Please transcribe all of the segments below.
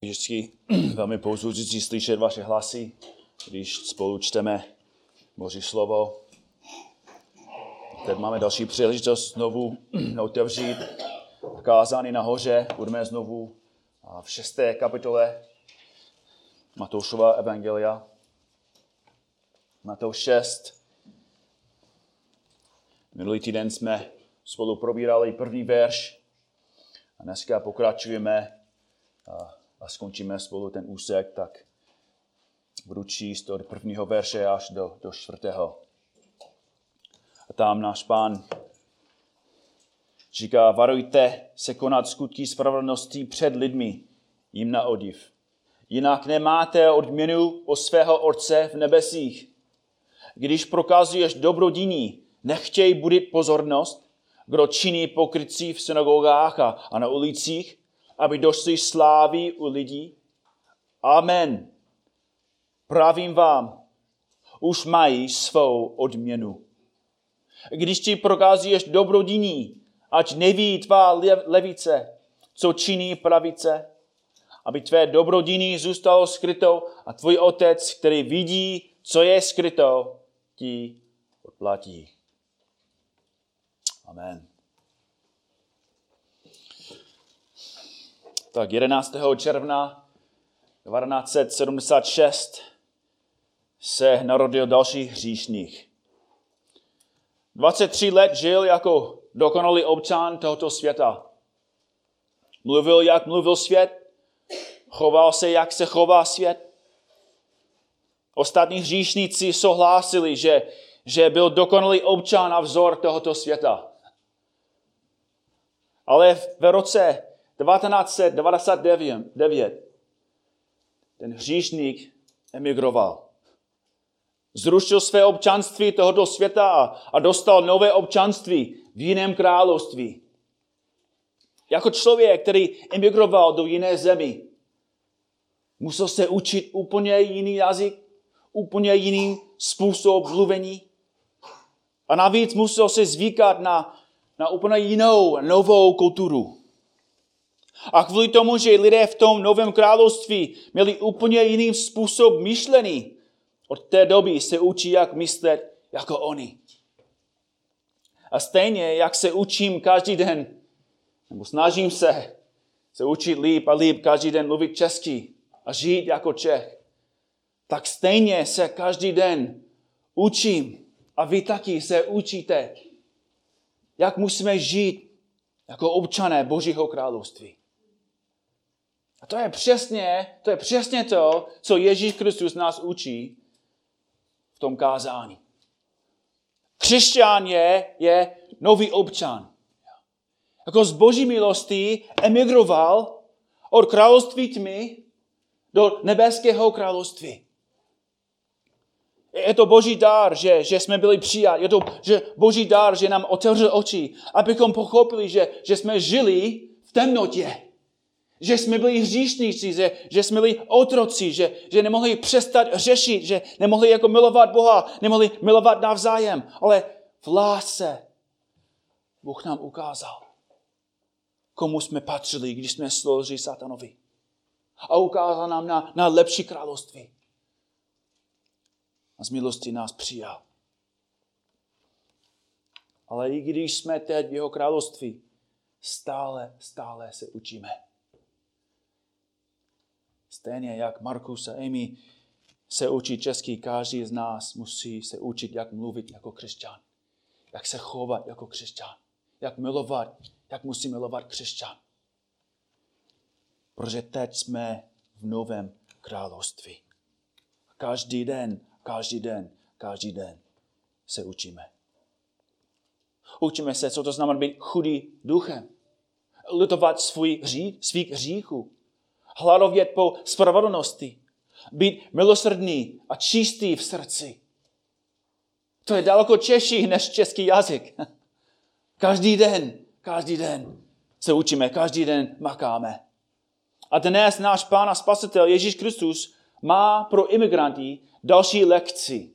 vždycky velmi povzbuzující slyšet vaše hlasy, když spolu čteme Boží slovo. Teď máme další příležitost znovu otevřít kázání nahoře. Budeme znovu v 6. kapitole Matoušova evangelia. Matouš 6. Minulý týden jsme spolu probírali první verš a dneska pokračujeme a skončíme spolu ten úsek, tak budu číst od prvního verše až do 4. A tam náš Pán říká: varujte se konat skutky spravedlnosti před lidmi, jim na odiv. Jinak nemáte odměnu od svého Otce v nebesích. Když prokazuješ dobrodiní, nechtěj budit pozornost, kdo činí pokrytci v synagogách a na ulicích, aby došli slávy u lidí. Amen. Pravím vám, už mají svou odměnu. Když ti prokazuješ dobrodiní, ať neví tvá levice, co činí pravice, aby tvé dobrodiní zůstalo skrytou a tvůj Otec, který vidí, co je skryto, ti odplatí. Amen. Tak 11. června 1976 se narodil další hříšník. 23 let žil jako dokonalý občan tohoto světa. Mluvil, jak mluvil svět, choval se, jak se chová svět. Ostatní hříšníci souhlasili, že byl dokonalý občan a vzor tohoto světa. Ale v roce 1999 ten hříšník emigroval. Zrušil své občanství tohoto světa a dostal nové občanství v jiném království. Jako člověk, který emigroval do jiné zemi, musel se učit úplně jiný jazyk, úplně jiný způsob mluvení. A navíc musel se zvykat na úplně jinou, novou kulturu. A kvůli tomu, že lidé v tom novém království měli úplně jiný způsob myšlení, od té doby se učí, jak myslet jako oni. A stejně, jak se učím každý den, nebo snažím se učit líp a líp každý den mluvit česky a žít jako Čech, tak stejně se každý den učím a vy taky se učíte, jak musíme žít jako občané Božího království. A to je přesně to, co Ježíš Kristus nás učí v tom kázání. Křesťan je nový občan. Jako z Boží milosti emigroval od království tmy do nebeského království. Je to Boží dar, že jsme byli přijati. Je to Boží dar, že nám otevřel oči, abychom pochopili, že jsme žili v temnotě. Že jsme byli hříšníci, že jsme byli otroci, že nemohli přestat řešit, že nemohli jako milovat Boha, nemohli milovat navzájem. Ale v lásce Bůh nám ukázal, komu jsme patřili, když jsme sloužili satanovi. A ukázal nám na lepší království. A z milosti nás přijal. Ale i když jsme teď v jeho království, stále se učíme. Stejně jak Markus a Amy se učí česky, každý z nás musí se učit, jak mluvit jako křesťan. Jak se chovat jako křesťan. Jak milovat, jak musí milovat křesťan. Protože teď jsme v novém království. Každý den se učíme. Učíme se, co to znamená být chudý duchem. Litovat svých hříchů. Hladovět po spravedlnosti. Být milosrdný a čistý v srdci. To je daleko těžší než český jazyk. Každý den se učíme, každý den makáme. A dnes náš Pán a Spasitel Ježíš Kristus má pro imigranty další lekci.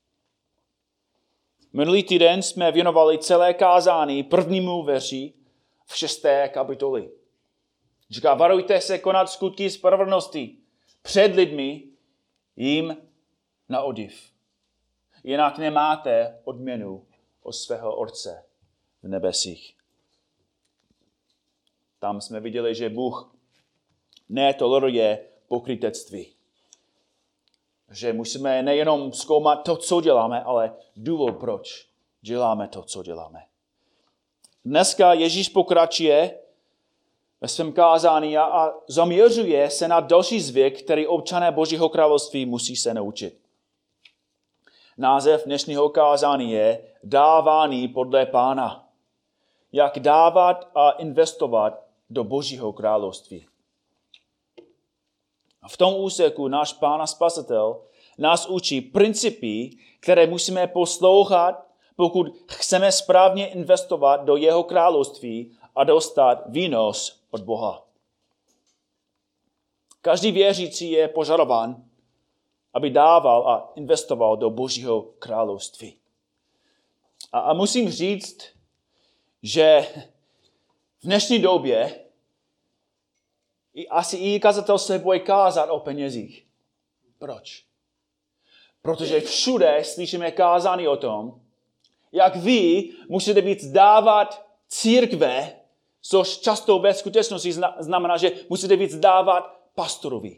Minulý týden jsme věnovali celé kázání prvnímu verši v 6. kapitoli. Říká, varujte se konat skutky spravedlnosti před lidmi, jim na odiv. Jinak nemáte odměnu od svého Otce v nebesích. Tam jsme viděli, že Bůh netoleruje pokrytectví. Že musíme nejenom zkoumat to, co děláme, ale důvod, proč děláme to, co děláme. Dneska Ježíš pokračuje ve svém kázání a zaměřuje se na další zvyk, který občané Božího království musí se naučit. Název dnešního kázání je Dávání podle Pána. Jak dávat a investovat do Božího království. V tom úseku náš Pán a Spasitel nás učí principy, které musíme poslouchat, pokud chceme správně investovat do jeho království a dostat výnos od Boha. Každý věřící je požadován, aby dával a investoval do Božího království. A musím říct, že v dnešní době asi i kazatel se bojí kázat o penězích. Proč? Protože všude slyšíme kázání o tom, jak vy musíte víc dávat církve, což často ve skutečnosti znamená, že musíte víc dávat pastorovi.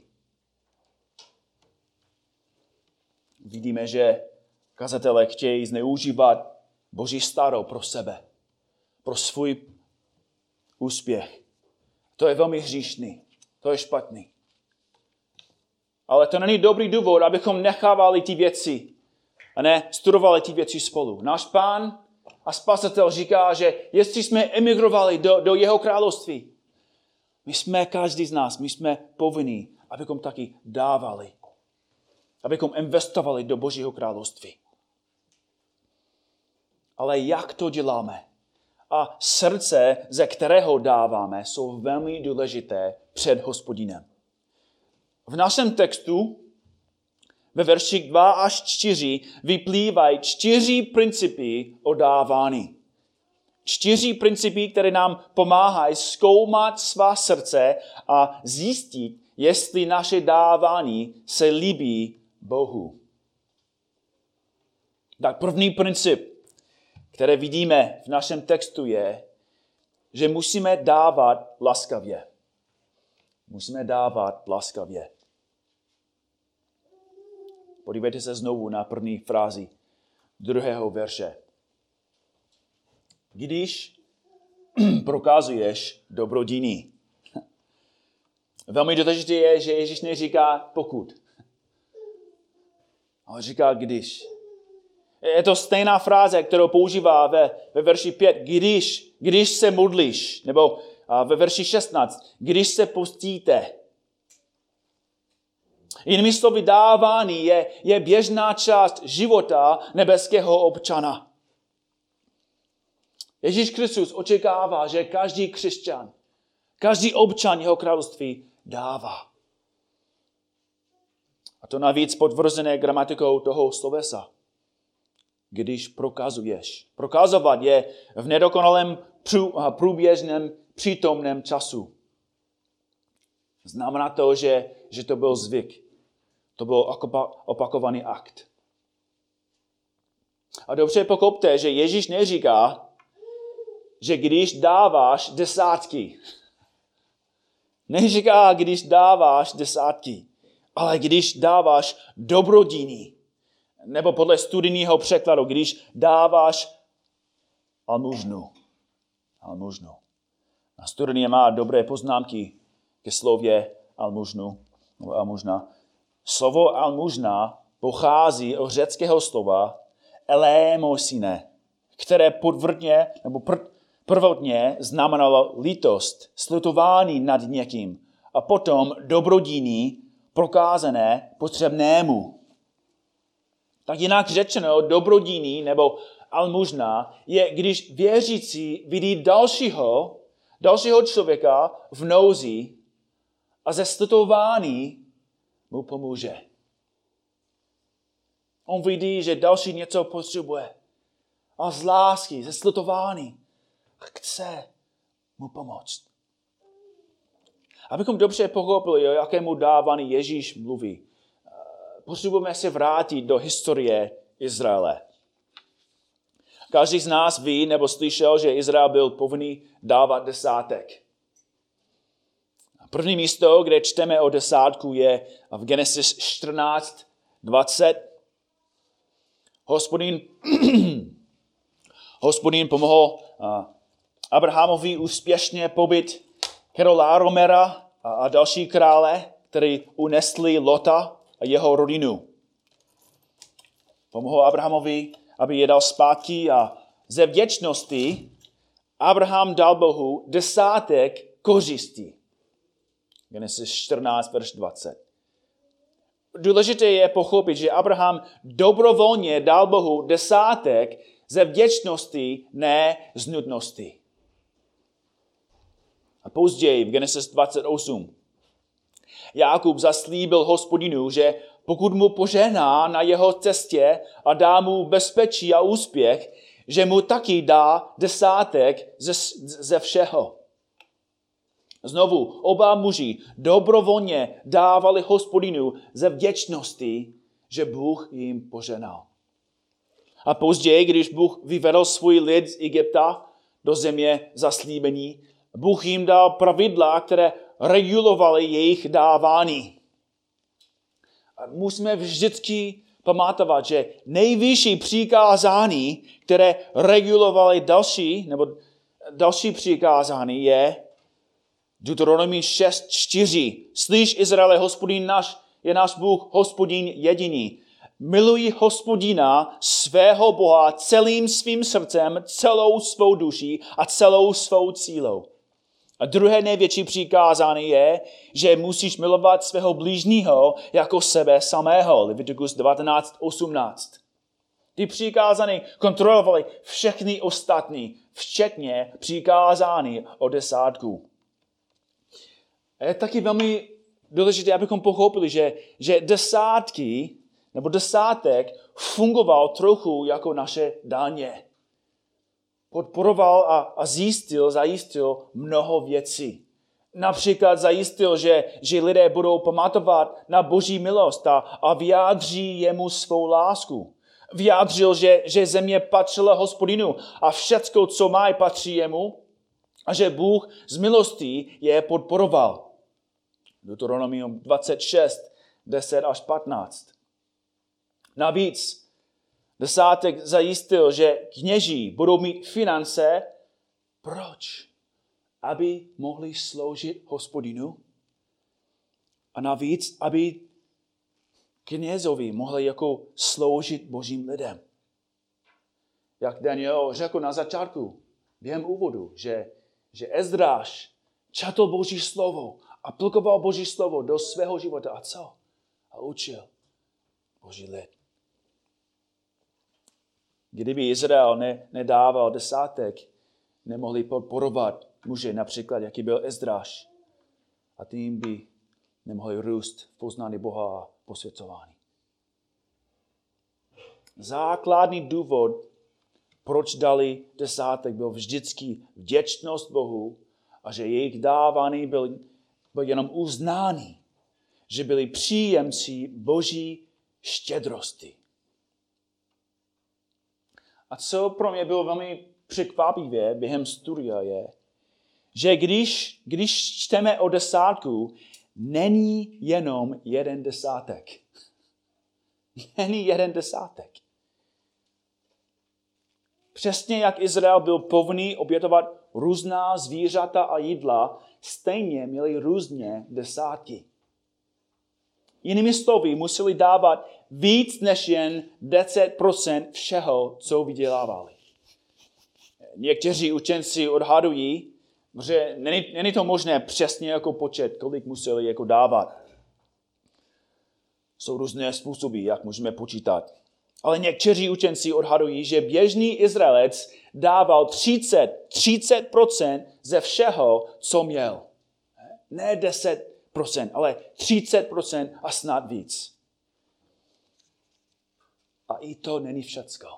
Vidíme, že kazatelé chtějí zneužívat Boží starou pro sebe, pro svůj úspěch. To je velmi hříšný, to je špatný. Ale to není dobrý důvod, abychom nechávali ty věci a ne studovali ty věci spolu. Náš Pán a Spasitel říká, že jestli jsme emigrovali do jeho království, my jsme, každý z nás, my jsme povinni, abychom taky dávali. Abychom investovali do Božího království. Ale jak to děláme? A srdce, ze kterého dáváme, jsou velmi důležité před Hospodinem. V našem textu ve verších 2 až 4 vyplývají 4 principy o dávání. 4 principy, které nám pomáhají zkoumat svá srdce a zjistit, jestli naše dávání se líbí Bohu. Tak první princip, který vidíme v našem textu, je, že musíme dávat laskavě. Musíme dávat laskavě. Podívejte se znovu na první frázi 2. verše. Když prokazuješ dobrodění. Velmi důležité je, že Ježíš neříká pokud. Ale říká když. Je to stejná fráze, kterou používá ve verši 5. Když se modlíš. Nebo ve verši 16. Když se postíte. Jinými slovy, dávání je běžná část života nebeského občana. Ježíš Kristus očekává, že každý křesťan, každý občan jeho království dává. A to navíc potvrzené gramatikou toho slovesa. Když prokazuješ. Prokazovat je v nedokonalém průběžném přítomném času. Znamená to, že to byl zvyk. To byl opakovaný akt. A dobře pochopte, že Ježíš neříká, že když dáváš desátky. Neříká, když dáváš desátky, ale když dáváš dobrodění. Nebo podle studijního překladu, když dáváš almužnu. Almužnu. A studijně má dobré poznámky ke slově almužna. Slovo almužna pochází od řeckého slova eleemosine, které prvotně znamenalo lítost, slitování nad někým a potom dobrodění prokázané potřebnému. Tak jinak řečeno, dobrodění nebo almužna je, když věřící vidí dalšího člověka v nouzi a ze slitování mu pomůže. On vidí, že další něco potřebuje. A z lásky, ze slitování chce mu pomoct. Abychom dobře pochopili, o jakému dávání Ježíš mluví, potřebujeme se vrátit do historie Izraele. Každý z nás ví nebo slyšel, že Izrael byl povinný dávat desátek. První místo, kde čteme o desátku, je v Genesis 14:20. Hospodin pomohl Abrahamovi úspěšně pobít Kedorlaomera a další krále, kteří unesli Lota a jeho rodinu. Pomohl Abrahamovi, aby je dal zpátky a ze vděčnosti Abraham dal Bohu desátek kořistí. Genesis 14, verš 20. Důležité je pochopit, že Abraham dobrovolně dal Bohu desátek ze vděčnosti, ne z nutnosti. A později v Genesis 28 Jákob zaslíbil Hospodinu, že pokud mu požehná na jeho cestě a dá mu bezpečí a úspěch, že mu taky dá desátek ze všeho. Znovu, oba muži dobrovolně dávali Hospodinu ze vděčnosti, že Bůh jim požehnal. A později, když Bůh vyvedl svůj lid z Egypta do země zaslíbení, Bůh jim dal pravidla, které regulovaly jejich dávání. A musíme vždycky pamatovat, že nejvyšší přikázání, které regulovaly další přikázání, je Deuteronomii 6:4. Slyš, Izraele, Hospodin je náš Bůh, Hospodin jediný. Miluj Hospodina, svého Boha, celým svým srdcem, celou svou duší a celou svou sílou. A druhé největší přikázání je, že musíš milovat svého blížního jako sebe samého. Leviticus 19:18. Ty přikázání kontrolovaly všechny ostatní, včetně přikázání o desátku. A je taky velmi důležité, abychom pochopili, že desátky nebo desátek fungoval trochu jako naše daně. Podporoval a zajistil mnoho věcí. Například zajistil, že lidé budou pamatovat na Boží milost a vyjádří jemu svou lásku. Vyjádřil, že země patřila Hospodinu a všecko, co mají, patří jemu a že Bůh z milostí je podporoval. Deuteronomium 26:10-15. Navíc desátek zajistil, že kněží budou mít finance. Proč? Aby mohli sloužit Hospodinu. A navíc, aby knězovi mohli jako sloužit Božím lidem. Jak Daniel řekl na začátku, během úvodu, že Ezdráš četl Boží slovo, aplikoval Boží slovo do svého života. A co? A učil Boží lid. Kdyby Izrael nedával desátek, nemohli podporovat muže, například, jaký byl Ezdráš. A tím by nemohli růst v poznání Boha a posvěcování. Základní důvod, proč dali desátek, byl vždycky vděčnost Bohu a že jejich dávání byl jenom uznání, že byli příjemci Boží štědrosti. A co pro mě bylo velmi překvapivé během studia je, že když čteme o desátku, není jenom jeden desátek. Není jeden desátek. Přesně jak Izrael byl povinný obětovat různá zvířata a jídla, stejně měli různě desátky. Jinými slovy, museli dávat víc než jen 10% všeho, co vydělávali. Někteří učenci odhadují, že není to možné přesně jako počet, kolik museli jako dávat. Jsou různé způsoby, jak můžeme počítat. Ale někteří učenci odhadují, že běžný Izraelec dával 30% ze všeho, co měl. Ne 10%, ale 30% a snad víc. A i to není všecko.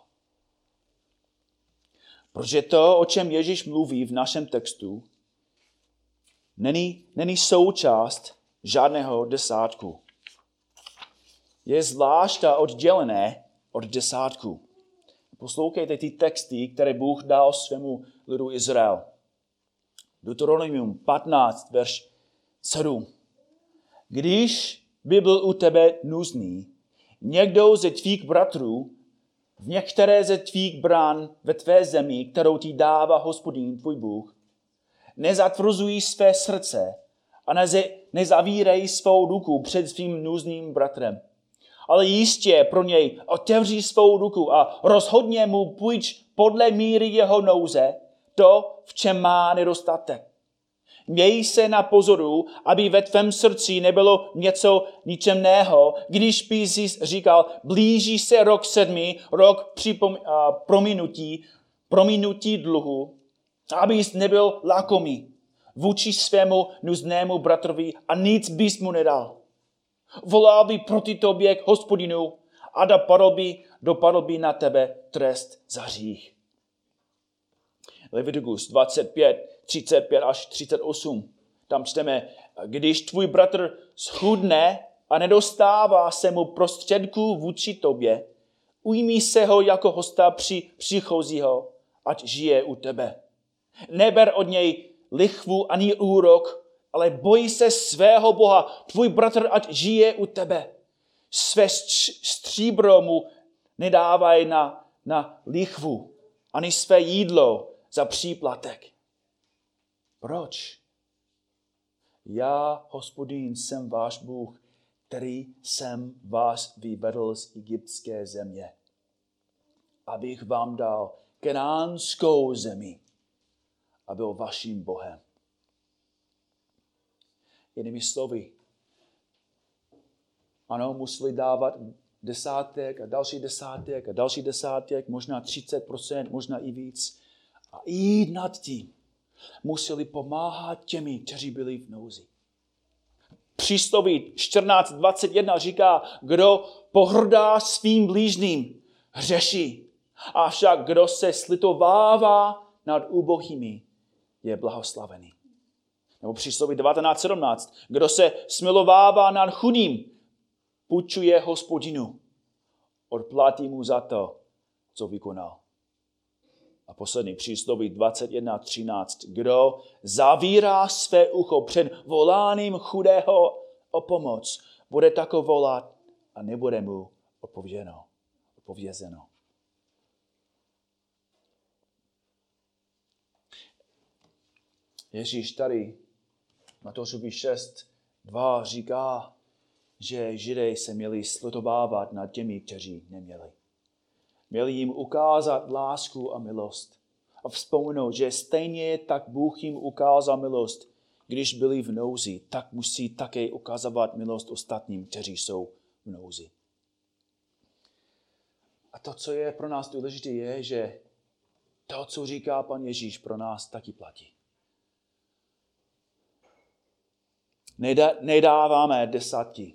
Protože to, o čem Ježíš mluví v našem textu, není součást žádného desátku. Je zvlášť a oddělené od desátku. Poslouchejte ty texty, které Bůh dal svému lidu Izrael. Deuteronomium 15, verš 7. Když by byl u tebe nuzný, někdo ze tvých bratrů v některé ze tvých brán ve tvé zemi, kterou ti dává Hospodin tvůj Bůh, nezatvrzují své srdce a nezavírej svou ruku před svým nuzným bratrem. Ale jistě pro něj otevří svou ruku a rozhodně mu půjč podle míry jeho nouze, to, v čem má nedostatek. Měj se na pozoru, aby ve tvém srdci nebylo něco ničemného, když by si říkal, blíží se rok 7, rok prominutí dluhu, abys nebyl lakomý vůči svému nuznému bratrovi a nic bys mu nedal. Volal by proti tobě k Hospodinu a dopadl by na tebe trest za hřích. Leviticus 25, 35 až 38. Tam čteme, když tvůj bratr schudne a nedostává se mu prostředků vůči tobě, ujmi se ho jako hosta příchozího, ať žije u tebe. Neber od něj lichvu ani úrok, ale boj se svého Boha, tvůj bratr, ať žije u tebe. Své stříbro mu nedávaj na lichvu, ani své jídlo za příplatek. Proč? Já, Hospodin, jsem váš Bůh, který jsem vás vyvedl z egyptské země, abych vám dal kenánskou zemi a byl vaším Bohem. Jinými slovy, ano, museli dávat desátek a další desátek, možná 30%, možná i víc. A jít nad tím. Museli pomáhat těmi, kteří byli v nouzi. Přísloví 14:21 říká, kdo pohrdá svým blížným, hřeší. Avšak kdo se slitovává nad ubohými, je blahoslavený. Nebo přísloví 19:17, kdo se smilovává nad chudým, půjčuje Hospodinu. Odplatí mu za to, co vykonal. A poslední přísloví 21:13. Kdo zavírá své ucho před voláním chudého o pomoc, bude tako volat a nebude mu odpovězeno. Ježíš tady Matoušovi 6:2 říká, že Židé se měli slitovávat nad těmi, kteří neměli. Měli jim ukázat lásku a milost. A vzpomenout, že stejně tak Bůh jim ukázal milost, když byli v nouzi, tak musí také ukazovat milost ostatním, kteří jsou v nouzi. A to, co je pro nás důležité, je, že to, co říká Pan Ježíš, pro nás taky platí. Nedáváme desátky.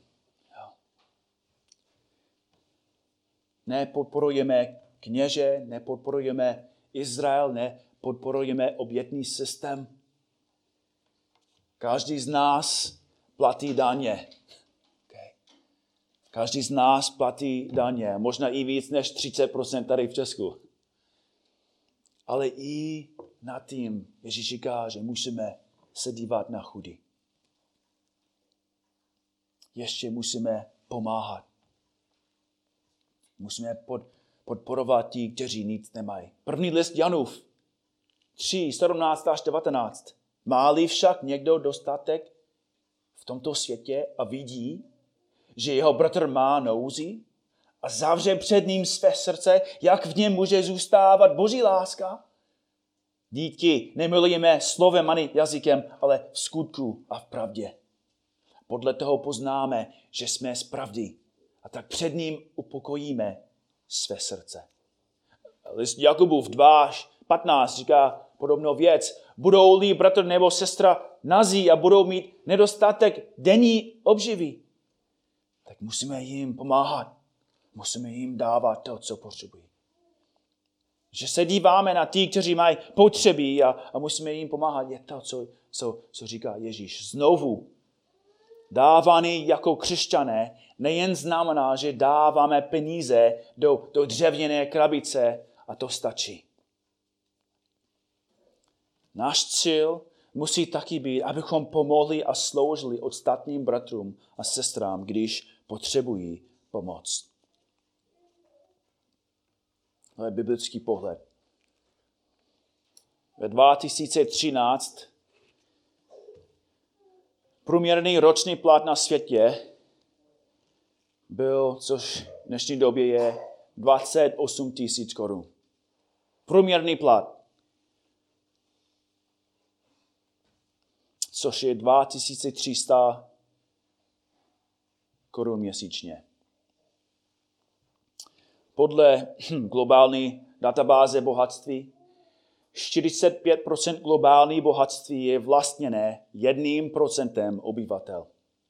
Nepodporujeme kněže, nepodporujeme Izrael, nepodporujeme obětný systém. Každý z nás platí daně. Okay. Každý z nás platí daně. Možná i víc než 30% tady v Česku. Ale i nad tím Ježíš říká, že musíme se dívat na chudý. Ještě musíme pomáhat. Musíme podporovat ti, kteří nic nemají. První list Janův 3:17 až 19. Má-li však někdo dostatek v tomto světě a vidí, že jeho bratr má nouzi a zavře před ním své srdce, jak v něm může zůstávat Boží láska? Díky, nemilujeme slovem ani jazykem, ale v skutku a v pravdě. Podle toho poznáme, že jsme z pravdy a tak před ním upokojíme své srdce. List Jakubův 2:15 říká podobnou věc. Budou-li bratr nebo sestra nazí a budou mít nedostatek denní obživy, tak musíme jim pomáhat. Musíme jim dávat to, co potřebují. Že se díváme na ty, kteří mají potřeby a musíme jim pomáhat. Je to, co říká Ježíš. Znovu, dávání jako křesťané nejen znamená, že dáváme peníze do dřevěné krabice a to stačí. Náš cíl musí taky být, abychom pomohli a sloužili ostatním bratrům a sestrám, když potřebují pomoc. To je biblický pohled. Ve 2013 průměrný roční plat na světě byl, což v dnešní době je 28 000 korun. Průměrný plat. Což je 2300 korun měsíčně. Podle globální databáze bohatství 45% globální bohatství je vlastněné 1% obyvatel.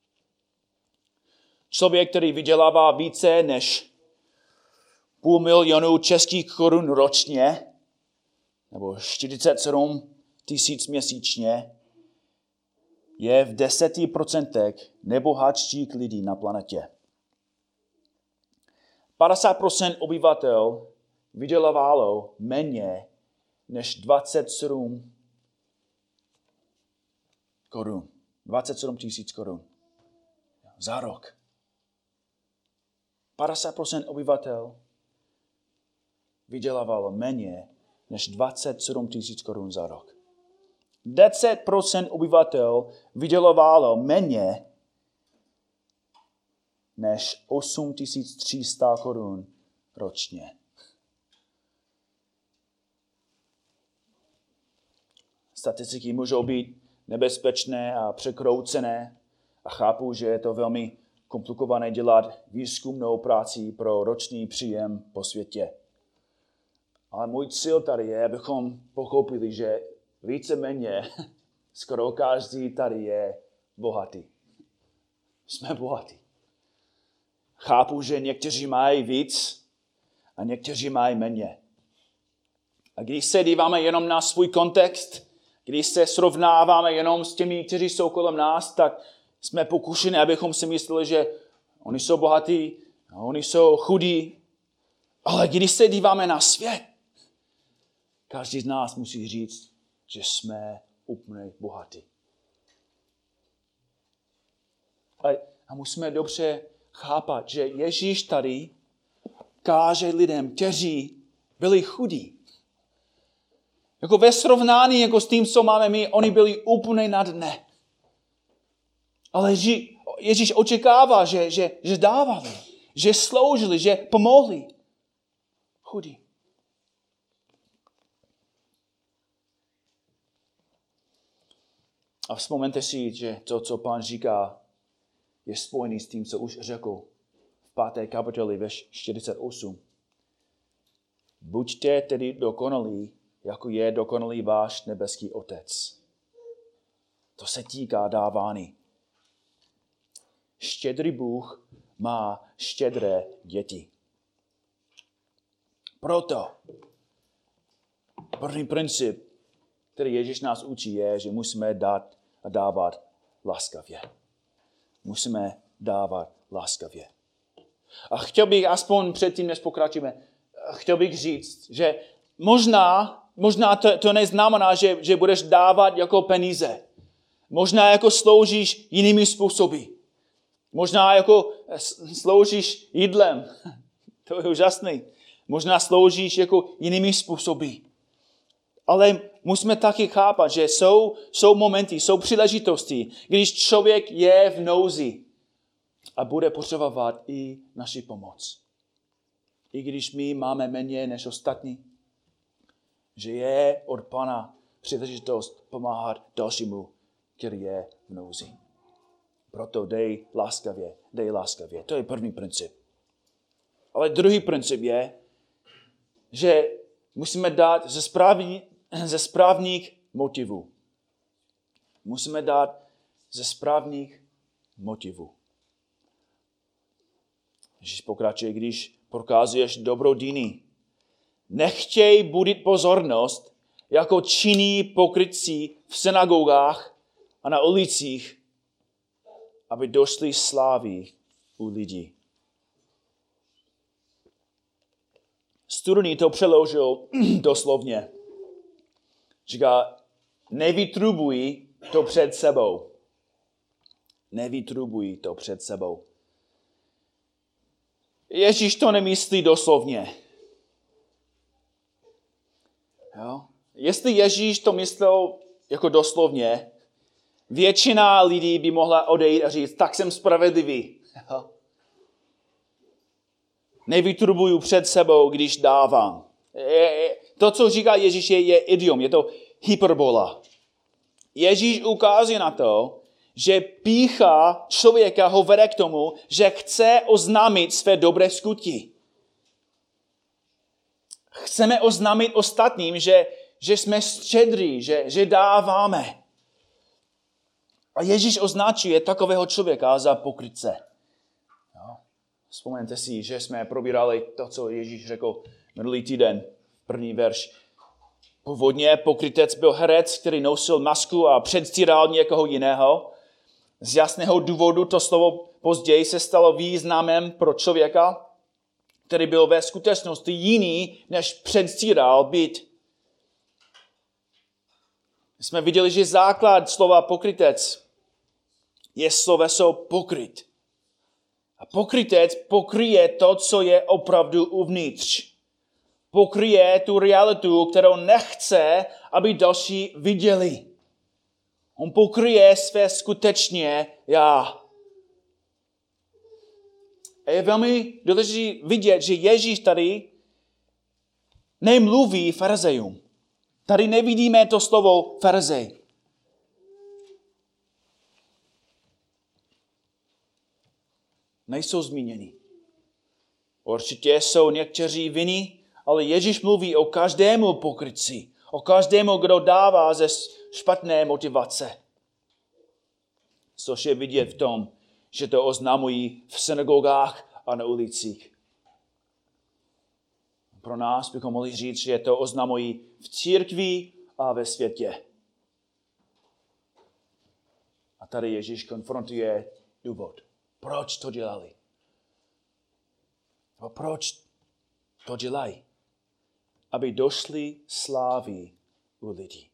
Člověk, který vydělává více než 500 000 českých korun ročně, nebo 47 000 měsíčně, je v 10% nejbohatších lidí na planetě. 50% obyvatel vydělávalo méně než 27 korun. 27 000 korun. Za rok. 50% obyvatel vydělávalo méně než 27 000 korun za rok. 10% obyvatel vydělávalo méně než 8300 korun ročně. Statistiky můžou být nebezpečné a překroucené a chápu, že je to velmi komplikované dělat výzkumnou práci pro roční příjem po světě. Ale můj cíl tady je, abychom pochopili, že víceméně skoro každý tady je bohatý. Jsme bohatí. Chápu, že někteří mají víc a někteří mají méně. A když se díváme jenom na svůj kontext, když se srovnáváme jenom s těmi, kteří jsou kolem nás, tak jsme pokušeni, abychom si mysleli, že oni jsou bohatí, a oni jsou chudí. Ale když se díváme na svět, každý z nás musí říct, že jsme úplně bohatí. A musíme dobře chápat, že Ježíš tady káže lidem, kteří byli chudí. Jako ve srovnání jako s tím, co máme my, oni byli úplně na dne. Ale Ježíš očekává, že dávali, že sloužili, že pomohli chudí. A vzpomeňte si, že to, co Pán říká, je spojený s tím, co už řekl v 5. kapitole, verš 48. Buďte tedy dokonalí, jako je dokonalý váš nebeský Otec. To se týká dávání. Štědrý Bůh má štědré děti. Proto první princip, který Ježíš nás učí, je, že musíme dát a dávat laskavě. Musíme dávat laskavě. A chtěl bych aspoň předtím, než pokračujeme, chtěl bych říct, že možná to neznamená, že budeš dávat jako peníze. Možná jako sloužíš jinými způsoby. Možná jako sloužíš jídlem. To je úžasný. Možná sloužíš jako jinými způsoby. Ale musíme taky chápat, že jsou momenty, jsou příležitosti, když člověk je v nouzi a bude potřebovat i naši pomoc. I když my máme méně než ostatní, že je od Pana příležitost pomáhat dalšímu, který je v nouzi. Proto dej láskavě. To je první princip. Ale druhý princip je, že musíme dát ze správných motivů. Musíme dát ze správných motivů. Ježíš pokračuje, když prokazuješ dobrodiní, Nechtěj budit pozornost, jako činí pokrytci v synagogách a na ulicích, aby došli slávy u lidí. Studný to přeložil doslovně. Říká, nevytrubuj to před sebou. Nevytrubuj to před sebou. Ježíš to nemyslí doslovně. Jo? Jestli Ježíš to myslel jako doslovně, většina lidí by mohla odejít a říct, tak jsem spravedlivý. Jo? Nevytrubuju před sebou, když dávám. To, co říká Ježíš, je idiom, je to hyperbola. Ježíš ukazuje na to, že pýcha člověka ho vede k tomu, že chce oznámit své dobré skutky. Chceme oznámit ostatním, že jsme štědří, že dáváme. A Ježíš označuje takového člověka za pokrytce. No. Vzpomeňte si, že jsme probírali to, co Ježíš řekl minulý týden, první verš. Původně pokrytec byl herec, který nosil masku a předstíral někoho jiného. Z jasného důvodu to slovo později se stalo významem pro člověka, který byl ve skutečnosti jiný, než předstíral být. Jsme viděli, že základ slova pokrytec je sloveso pokryt. A pokrytec pokryje to, co je opravdu uvnitř. Pokryje tu realitu, kterou nechce, aby další viděli. On pokryje své skutečně já. A je velmi důležité vidět, že Ježíš tady nemluví farizejům. Tady nevidíme to slovo farizej. Nejsou zmíněni. Určitě jsou někteří vinní, ale Ježíš mluví o každému pokrytci, o každému, kdo dává ze špatné motivace. Což je vidět v tom, že to oznamují v synagogách a na ulicích. Pro nás bychom mohli říct, že to oznamují v církvi a ve světě. A tady Ježíš konfrontuje důvod. Proč to dělali? A proč to dělají? Aby došly slávy u lidí.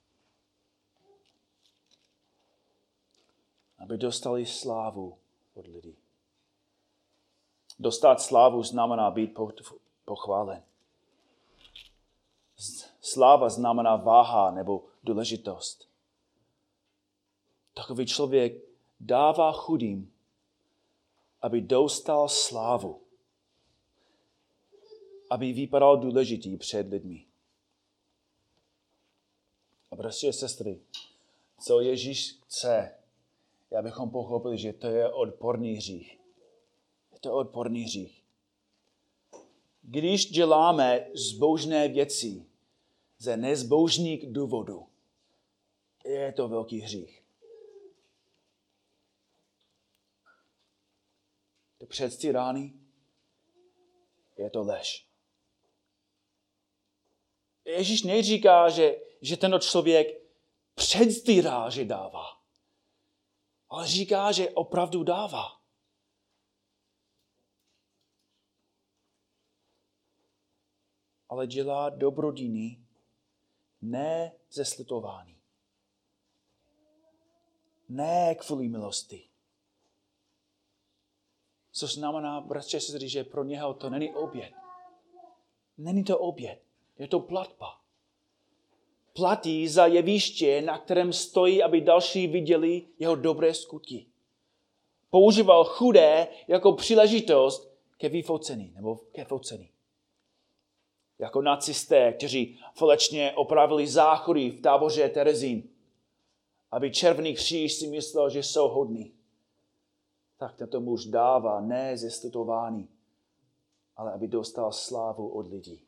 Aby dostali slávu od lidí. Dostat slávu znamená být pochválen. Sláva znamená váha nebo důležitost. Takový člověk dává chudým, aby dostal slávu. Aby vypadal důležitý před lidmi. A bratři a sestry, co Ježíš chce, abychom pochopili, že to je odporný hřích. Je to odporný hřích. Když děláme zbožné věci ze nezbožných důvodů, je to velký hřích. To předstírání, je to lež. Ježíš neříká, že ten člověk předstírá, že dává. Ale říká, že opravdu dává. Ale dělá dobrodiny, ne ze slitování. Ne kvůli milosti. Což znamená, bratře, sestry, že pro něho to není oběd. Není to oběd, je to platba. Platí za jeviště, na kterém stojí, aby další viděli jeho dobré skutky. Používal chudé jako příležitost ke vyfocení nebo ke focení. Jako nacisté, kteří falešně opravili záchody v táboře Terezín, aby červený kříž si myslel, že jsou hodní. Tak tento muž dává ne ze slitování, ale aby dostal slávu od lidí.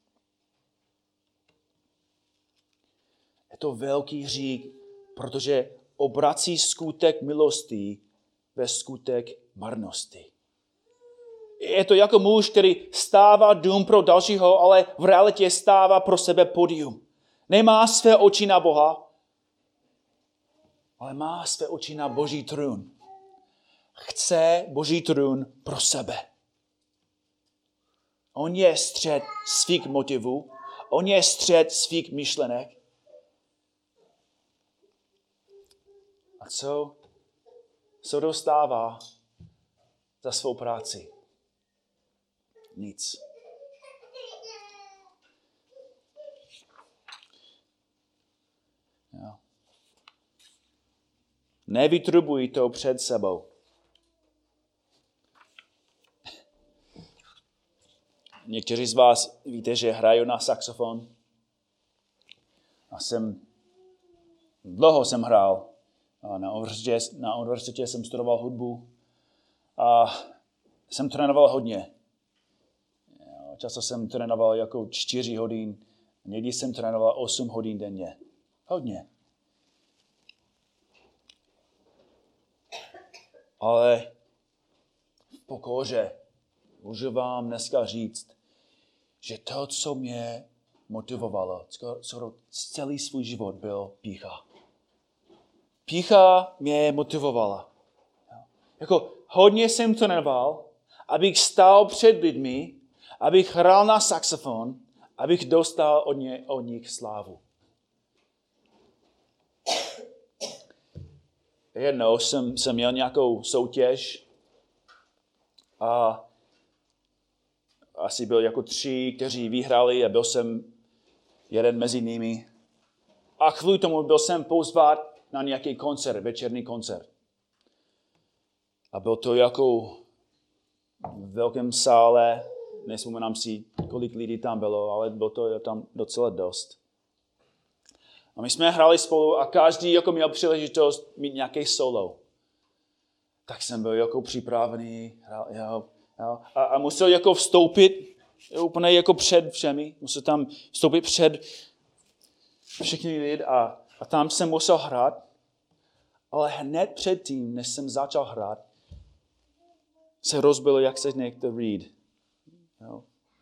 Je to velký hřích, protože obrací skutek milosti ve skutek marnosti. Je to jako muž, který stává dům pro dalšího, ale v realitě stává pro sebe pódium. Nemá své oči na Boha, ale má své oči na Boží trůn. Chce Boží trůn pro sebe. On je střed svých motivů, on je střed svých myšlenek. A co dostává za svou práci? Nic. Jo. Nevytrubuj to před sebou. Někteří z vás víte, že hraju na saxofon. Dlouho jsem hrál. Na univerzitě jsem studoval hudbu. A jsem trénoval hodně. Často jsem trénoval jako 4 hodin. Někdy jsem trénoval 8 hodin denně. Hodně. Ale v pokoře můžu vám dneska říct, že to, co mě motivovalo, skoro celý svůj život, byl pýcha. Pýcha mě motivovala. Jako hodně jsem trénoval, abych stál před lidmi, abych hrál na saxofon, abych dostal od nich slávu. Jednou jsem měl nějakou soutěž a asi byl jako 3, kteří vyhráli a byl jsem jeden mezi nimi. A kvůli tomu byl jsem pozván na nějaký koncert, večerní koncert. A byl to jako v velkém sále, nevzpomínám si, kolik lidí tam bylo, ale bylo to tam docela dost. A my jsme hráli spolu a každý jako měl příležitost mít nějaké solo. Tak jsem byl jako připravený, a musel jako vstoupit úplně jako před všemi, musel tam vstoupit před všichni lidi a tam jsem musel hrát. Ale hned předtím, než jsem začal hrát, se rozbilo, jak se někde reed. Jo?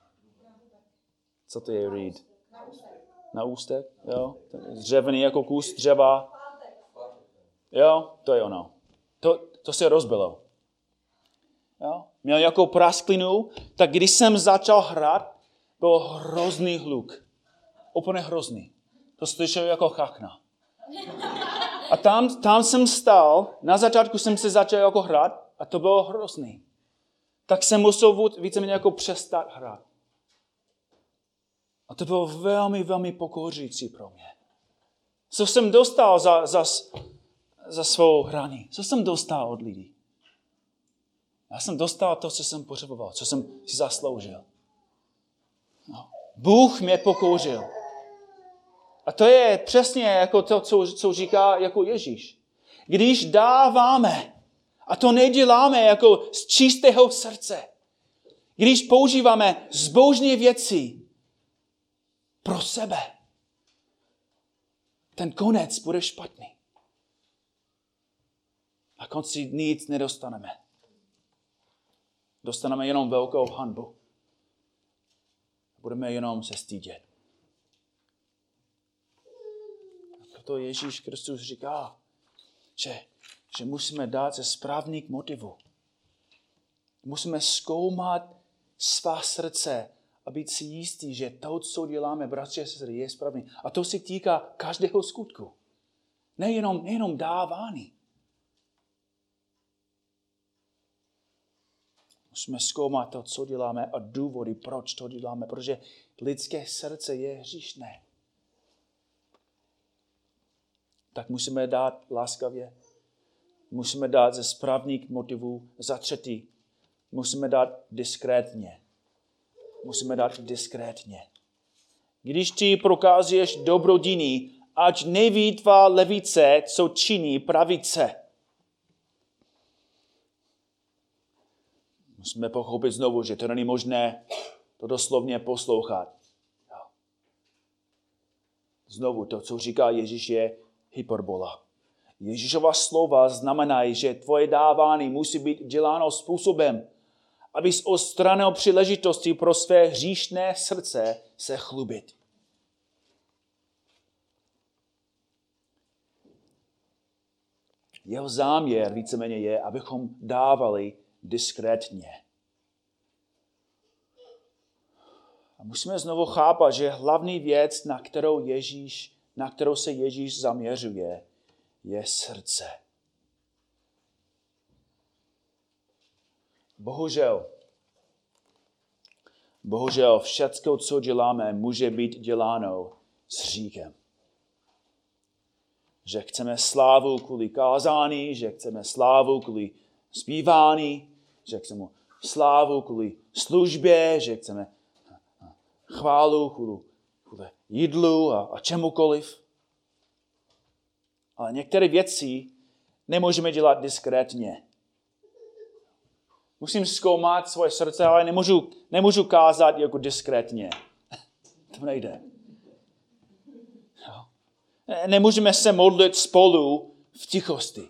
Co to je reed? Na ústek? Jo? Dřevěný jako kus dřeva. Jo? To je ono. To se rozbilo. Jo? Měl jako prasklinu, tak když jsem začal hrát, byl hrozný hluk. Úplně hrozný. To slyšel jako chachna. A tam jsem stál, na začátku jsem se začal jako hrát a to bylo hrozný. Tak jsem musel víceméně jako přestat hrát. A to bylo velmi, velmi pokořící pro mě. Co jsem dostal za svou hraní? Co jsem dostal od lidí? Já jsem dostal to, co jsem potřeboval, co jsem si zasloužil. No. Bůh mě pokořil. A to je přesně jako to, co říká jako Ježíš. Když dáváme, a to neděláme jako z čistého srdce, když používáme zbožné věci pro sebe, ten konec bude špatný. Na konci nic nedostaneme. Dostaneme jenom velkou hanbu. Budeme jenom se stydět. To Ježíš Kristus říká, že musíme dát ze správných motivů. Musíme zkoumat svá srdce a být si jistí, že to, co děláme, bratři a sestry, je správný. A to se týká každého skutku. Nejenom dávání. Musíme zkoumat to, co děláme a důvody, proč to děláme, protože lidské srdce je hříšné. Tak musíme dát láskavě. Musíme dát ze správných motivů. Za třetí, musíme dát diskrétně. Musíme dát diskrétně. Když ty prokázuješ dobrodění, ať neví tvá levice, co činí pravice. Musíme pochopit znovu, že to není možné to doslovně poslouchat. Znovu, to, co říká Ježíš, je hyperbola. Ježíšova slova znamenají, že tvoje dávání musí být děláno způsobem, abys odstranil příležitosti pro své hříšné srdce se chlubit. Jeho záměr víceméně je, abychom dávali diskrétně. A musíme znovu chápat, že hlavní věc, na kterou se Ježíš zaměřuje, je srdce. Bohužel všecko, co děláme, může být děláno s hříchem. Že chceme slávu kvůli kázání, že chceme slávu kvůli zpívání, že chceme slávu kvůli službě, že chceme chválu kvůli jídlu a čemukoliv. Ale některé věci nemůžeme dělat diskrétně. Musím zkoumat svoje srdce, ale nemůžu kázat jako diskrétně. To nejde. Nemůžeme se modlit spolu v tichosti.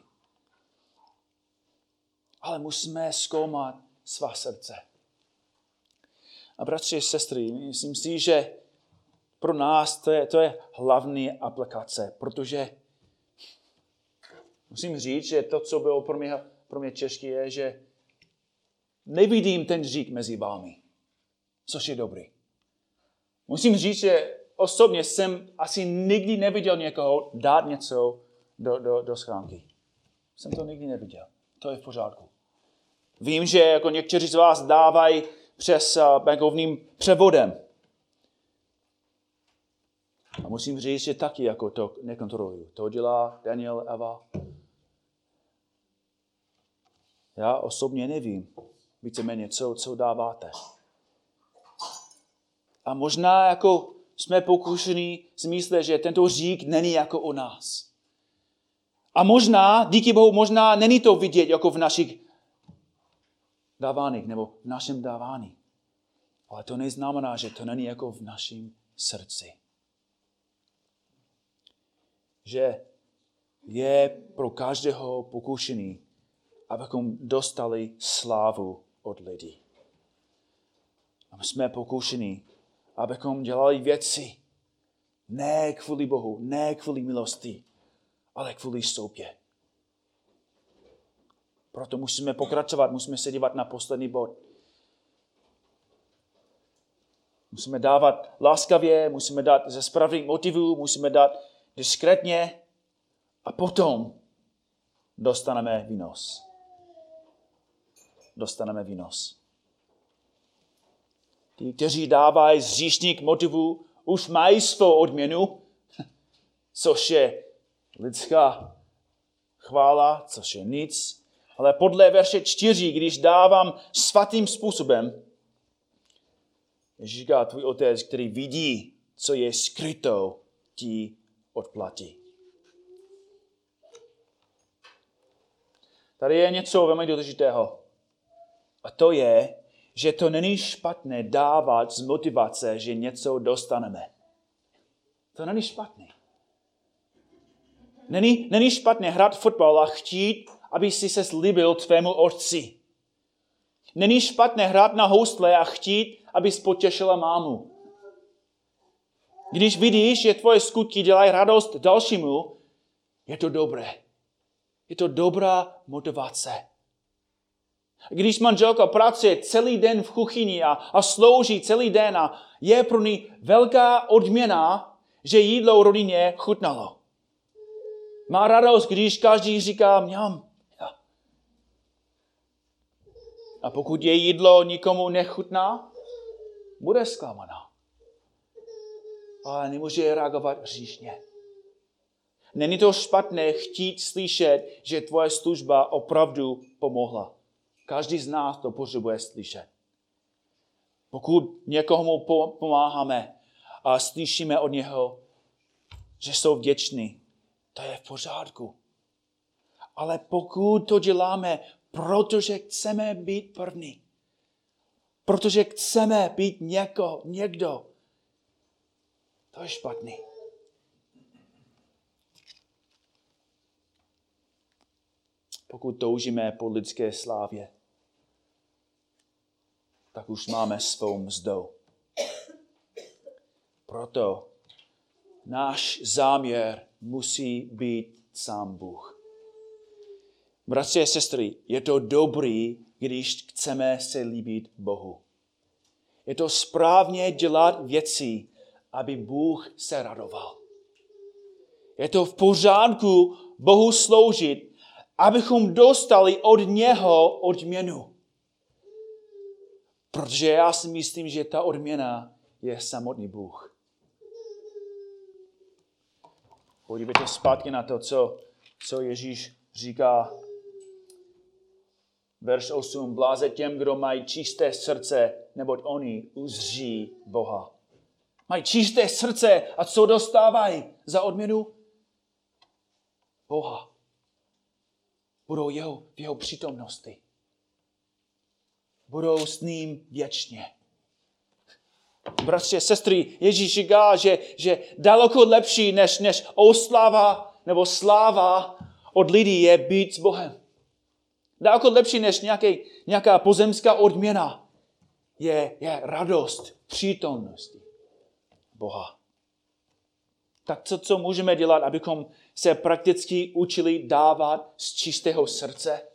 Ale musíme zkoumat svá srdce. A bratři a sestry, myslím si, že pro nás to je hlavní aplikace, protože musím říct, že to, co bylo pro mě těžké, je, že nevidím ten hřích mezi vámi, což je dobrý. Musím říct, že osobně jsem asi nikdy neviděl někoho dát něco do schránky. Jsem to nikdy neviděl. To je v pořádku. Vím, že jako někteří z vás dávají přes bankovním převodem. A musím říct, že taky jako to nekontroluju. To dělá Daniel, Eva. Já osobně nevím víceméně, co dáváte. A možná jako jsme pokušení z mysle, že tento hřích není jako u nás. A možná, díky Bohu, možná není to vidět jako v našich dáváních nebo v našem dávání. Ale to neznamená, že to není jako v našem srdci. Že je pro každého pokušení, abychom dostali slávu od lidí. A my jsme pokušení, abychom dělali věci ne kvůli Bohu, ne kvůli milosti, ale kvůli sobě. Proto musíme pokračovat, musíme se dívat na poslední bod. Musíme dávat láskavě, musíme dát ze správných motivů, musíme dát diskrétně a potom dostaneme výnos. Ti, kteří dávají z hříšných motivů, už mají svou odměnu, což je lidská chvála, což je nic. Ale podle verše 4, když dávám svatým způsobem, Ježíš říká, tvůj otec, který vidí, co je skryto, ti odplatí. Tady je něco velmi důležitého. A to je, že to není špatné dávat z motivace, že něco dostaneme. To není špatné. Není špatné hrát fotbal a chtít, aby si se slíbil tvému otci. Není špatné hrát na housle a chtít, abys potěšila mámu. Když vidíš, že tvoje skutky dělají radost dalšímu, je to dobré. Je to dobrá motivace. Když manželka pracuje celý den v kuchyni a slouží celý den a je pro ní velká odměna, že jídlo rodině chutnalo. Má radost, když každý říká mňam. A pokud je jídlo nikomu nechutná, bude zklamaná. Ale nemůže reagovat hříšně. Není to špatné chtít slyšet, že tvoje služba opravdu pomohla. Každý z nás to potřebuje slyšet. Pokud někomu pomáháme a slyšíme od něho, že jsou vděční, to je v pořádku. Ale pokud to děláme, protože chceme být první, protože chceme být někdo, to je špatný. Pokud toužíme po lidské slávě, tak už máme svou mzdou. Proto náš záměr musí být sám Bůh. Bratři a sestry, je to dobrý, když chceme se líbit Bohu. Je to správně dělat věci, aby Bůh se radoval. Je to v pořádku Bohu sloužit, abychom dostali od něho odměnu. Protože já si myslím, že ta odměna je samotný Bůh. Podívejte zpátky na to, co Ježíš říká. Verš 8. Bláze těm, kdo mají čisté srdce, neboť oni uzří Boha. Mají čisté srdce a co dostávají za odměnu? Boha. Budou v jeho přítomnosti. Budou s ním věčně. Bratři a sestry, Ježíš říká, že daleko lepší než oslava nebo sláva od lidí je být s Bohem. Daleko lepší než nějaká pozemská odměna je radost přítomnosti Boha. Tak co můžeme dělat, abychom se prakticky učili dávat z čistého srdce?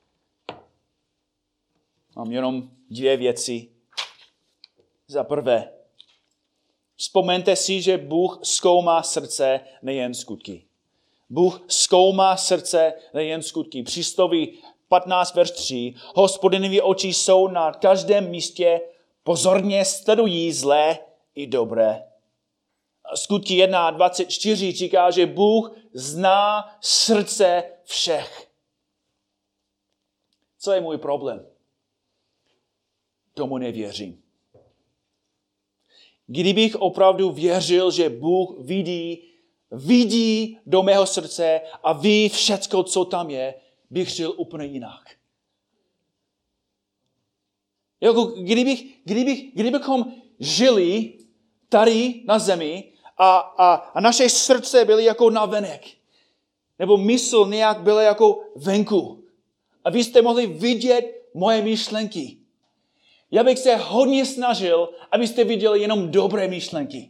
Mám jenom 2 věci. Za prvé, vzpomeňte si, že Bůh zkoumá srdce, nejen skutky. Bůh zkoumá srdce, nejen skutky. Přísloví 15, verš 3. Hospodinovi oči jsou na každém místě, pozorně sledují zlé i dobré. Skutky 1:24 říká, že Bůh zná srdce všech. Co je můj problém? Tomu nevěřím. Kdybych opravdu věřil, že Bůh vidí do mého srdce a ví všecko, co tam je, bych žil úplně jinak. Jako kdybychom žili tady na zemi a naše srdce byly jako navenek, nebo mysl nějak byla jako venku a vy jste mohli vidět moje myšlenky. Já bych se hodně snažil, abyste viděli jenom dobré myšlenky.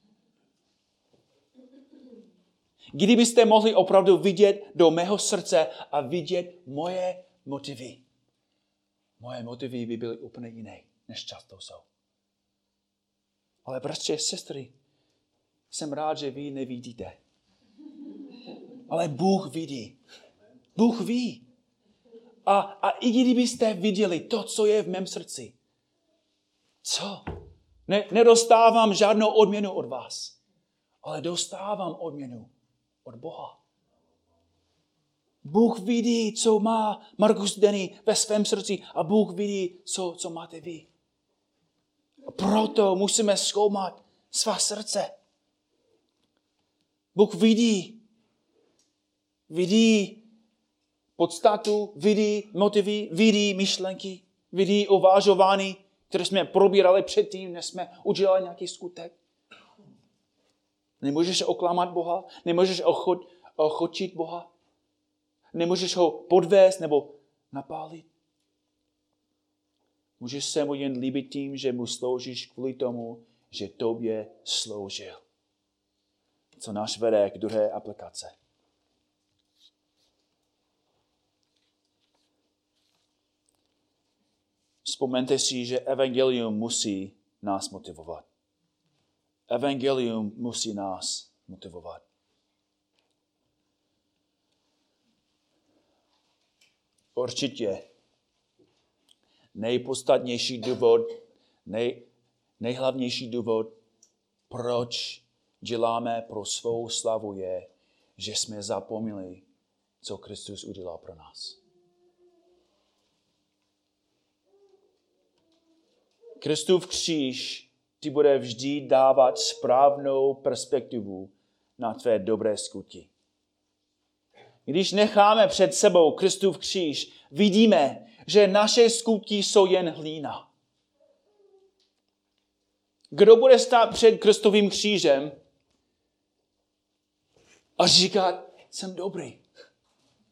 Kdybyste mohli opravdu vidět do mého srdce a vidět moje motivy. Moje motivy by byly úplně jiné, než často jsou. Ale bratři a sestry, jsem rád, že vy nevidíte. Ale Bůh vidí. Bůh ví. A i kdybyste viděli to, co je v mém srdci, co? Nedostávám žádnou odměnu od vás, ale dostávám odměnu od Boha. Bůh vidí, co má Markus Denny ve svém srdci a Bůh vidí, co máte vy. A proto musíme zkoumat svá srdce. Bůh vidí podstatu, vidí motivy, vidí myšlenky, vidí uvažování, které jsme probírali předtím, než jsme udělali nějaký skutek. Nemůžeš oklamat Boha, nemůžeš ochočit Boha, nemůžeš ho podvést nebo napálit. Můžeš se mu jen líbit tím, že mu sloužíš kvůli tomu, že tobě sloužil. Co nás vede k druhé aplikace. Vzpomeňte si, že evangelium musí nás motivovat. Evangelium musí nás motivovat. Určitě nejpodstatnější důvod, nejhlavnější důvod, proč děláme pro svou slavu je, že jsme zapomněli, co Kristus udělal pro nás. Kristův kříž ti bude vždy dávat správnou perspektivu na tvé dobré skutky. Když necháme před sebou Kristův kříž, vidíme, že naše skutky jsou jen hlína. Kdo bude stát před Kristovým křížem a říkat, jsem dobrý?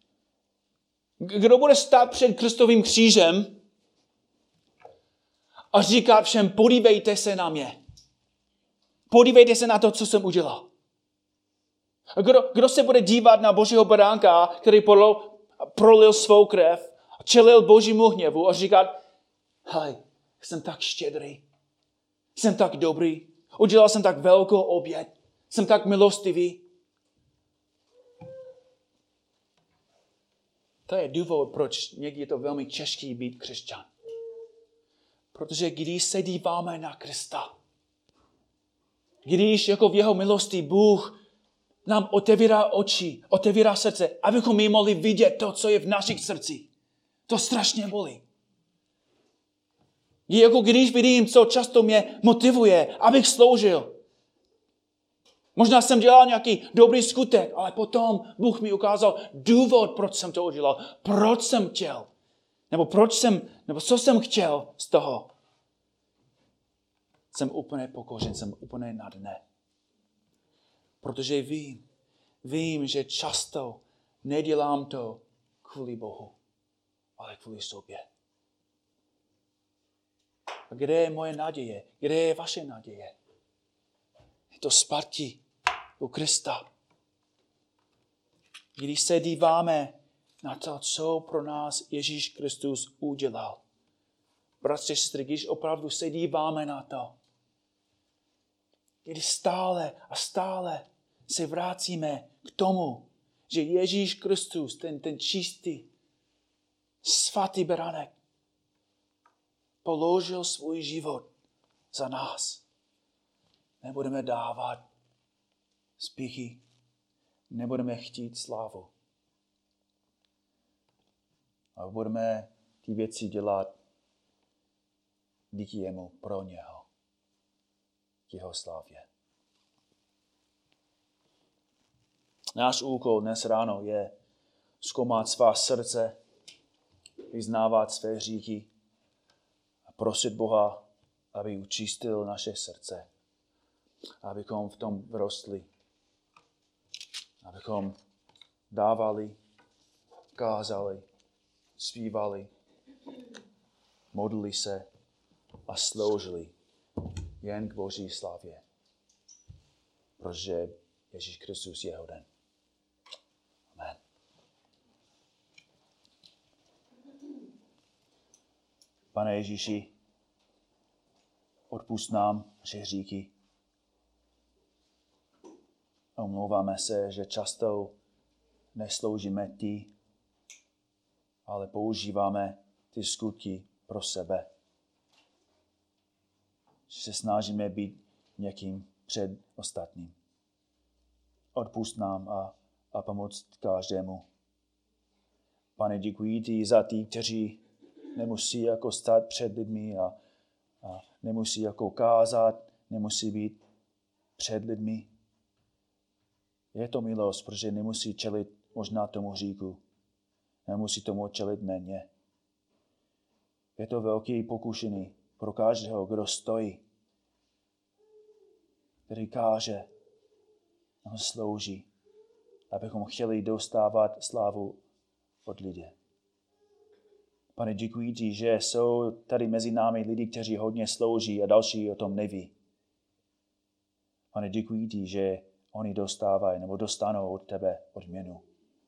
Kdo bude stát před Kristovým křížem a říkat všem, podívejte se na mě. Podívejte se na to, co jsem udělal. A kdo se bude dívat na Božího beránka, který prolil svou krev, čelil Božímu hněvu a říkat, hej, jsem tak štědrý, jsem tak dobrý, udělal jsem tak velkou oběť, jsem tak milostivý. To je důvod, proč někdy je to velmi těžké být křesťan. Protože když se díváme na Krista, když jako v jeho milosti Bůh nám otevírá oči, otevírá srdce, abychom my mohli vidět to, co je v našich srdcích. To strašně bolí. Je jako když vidím, co často mě motivuje, abych sloužil. Možná jsem dělal nějaký dobrý skutek, ale potom Bůh mi ukázal důvod, proč jsem to udělal, proč jsem chtěl, nebo co jsem chtěl z toho. Jsem úplně pokořen, jsem úplně na dne. Protože vím, že často nedělám to kvůli Bohu, ale kvůli sobě. A kde je moje naděje? Kde je vaše naděje? Je to spatí u Krista. Když se díváme na to, co pro nás Ježíš Kristus udělal. Bratři, sestry, když opravdu se díváme na to, když stále a stále se vracíme k tomu, že Ježíš Kristus, ten čistý, svatý beránek, položil svůj život za nás. Nebudeme dávat spíchy, nebudeme chtít slávu. A budeme ty věci dělat díky jemu, pro něho, k jeho slávě. Náš úkol dnes ráno je zkoumat svá srdce, vyznávat své hříchy a prosit Boha, aby učistil naše srdce, abychom v tom vyrostli, abychom dávali, kázali, zpívali, modlili se a sloužili jen k Boží slávě, protože Ježíš Kristus je hoden. Amen. Pane Ježíši, odpusť nám naše hříchy. Omlouváme se, že často nesloužíme ty, ale používáme ty skutky pro sebe. Že se snažíme být někým před ostatním. Odpusť nám a pomoct každému. Pane, děkuji ti za ty, kteří nemusí jako stát před lidmi a nemusí jako kázat, nemusí být před lidmi. Je to milost, protože nemusí čelit možná tomu hříchu. Nemusí tomu čelit méně. Je to velký pokušení pro každého, kdo stojí, který káže, on slouží, abychom chtěli dostávat slávu od lidí. Pane, děkuji ti, že jsou tady mezi námi lidi, kteří hodně slouží a další o tom neví. Pane, děkuji ti, že oni dostávají nebo dostanou od tebe odměnu.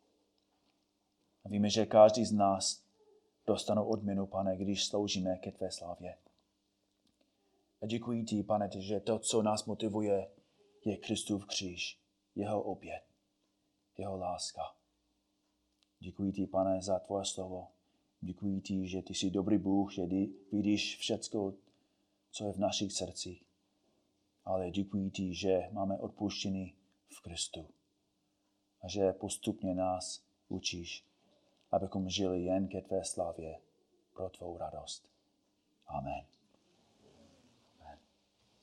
A víme, že každý z nás dostanou odměnu, Pane, když sloužíme ke tvé slávě. A děkuji ti, Pane, že to, co nás motivuje, je Kristův kříž, jeho oběť, jeho láska. Děkuji ti, Pane, za tvoje slovo. Děkuji ti, že ty jsi dobrý Bůh, že vidíš všecko, co je v našich srdcích. Ale děkuji ti, že máme odpuštění v Kristu. A že postupně nás učíš, abychom žili jen ke tvé slávě pro tvou radost. Amen.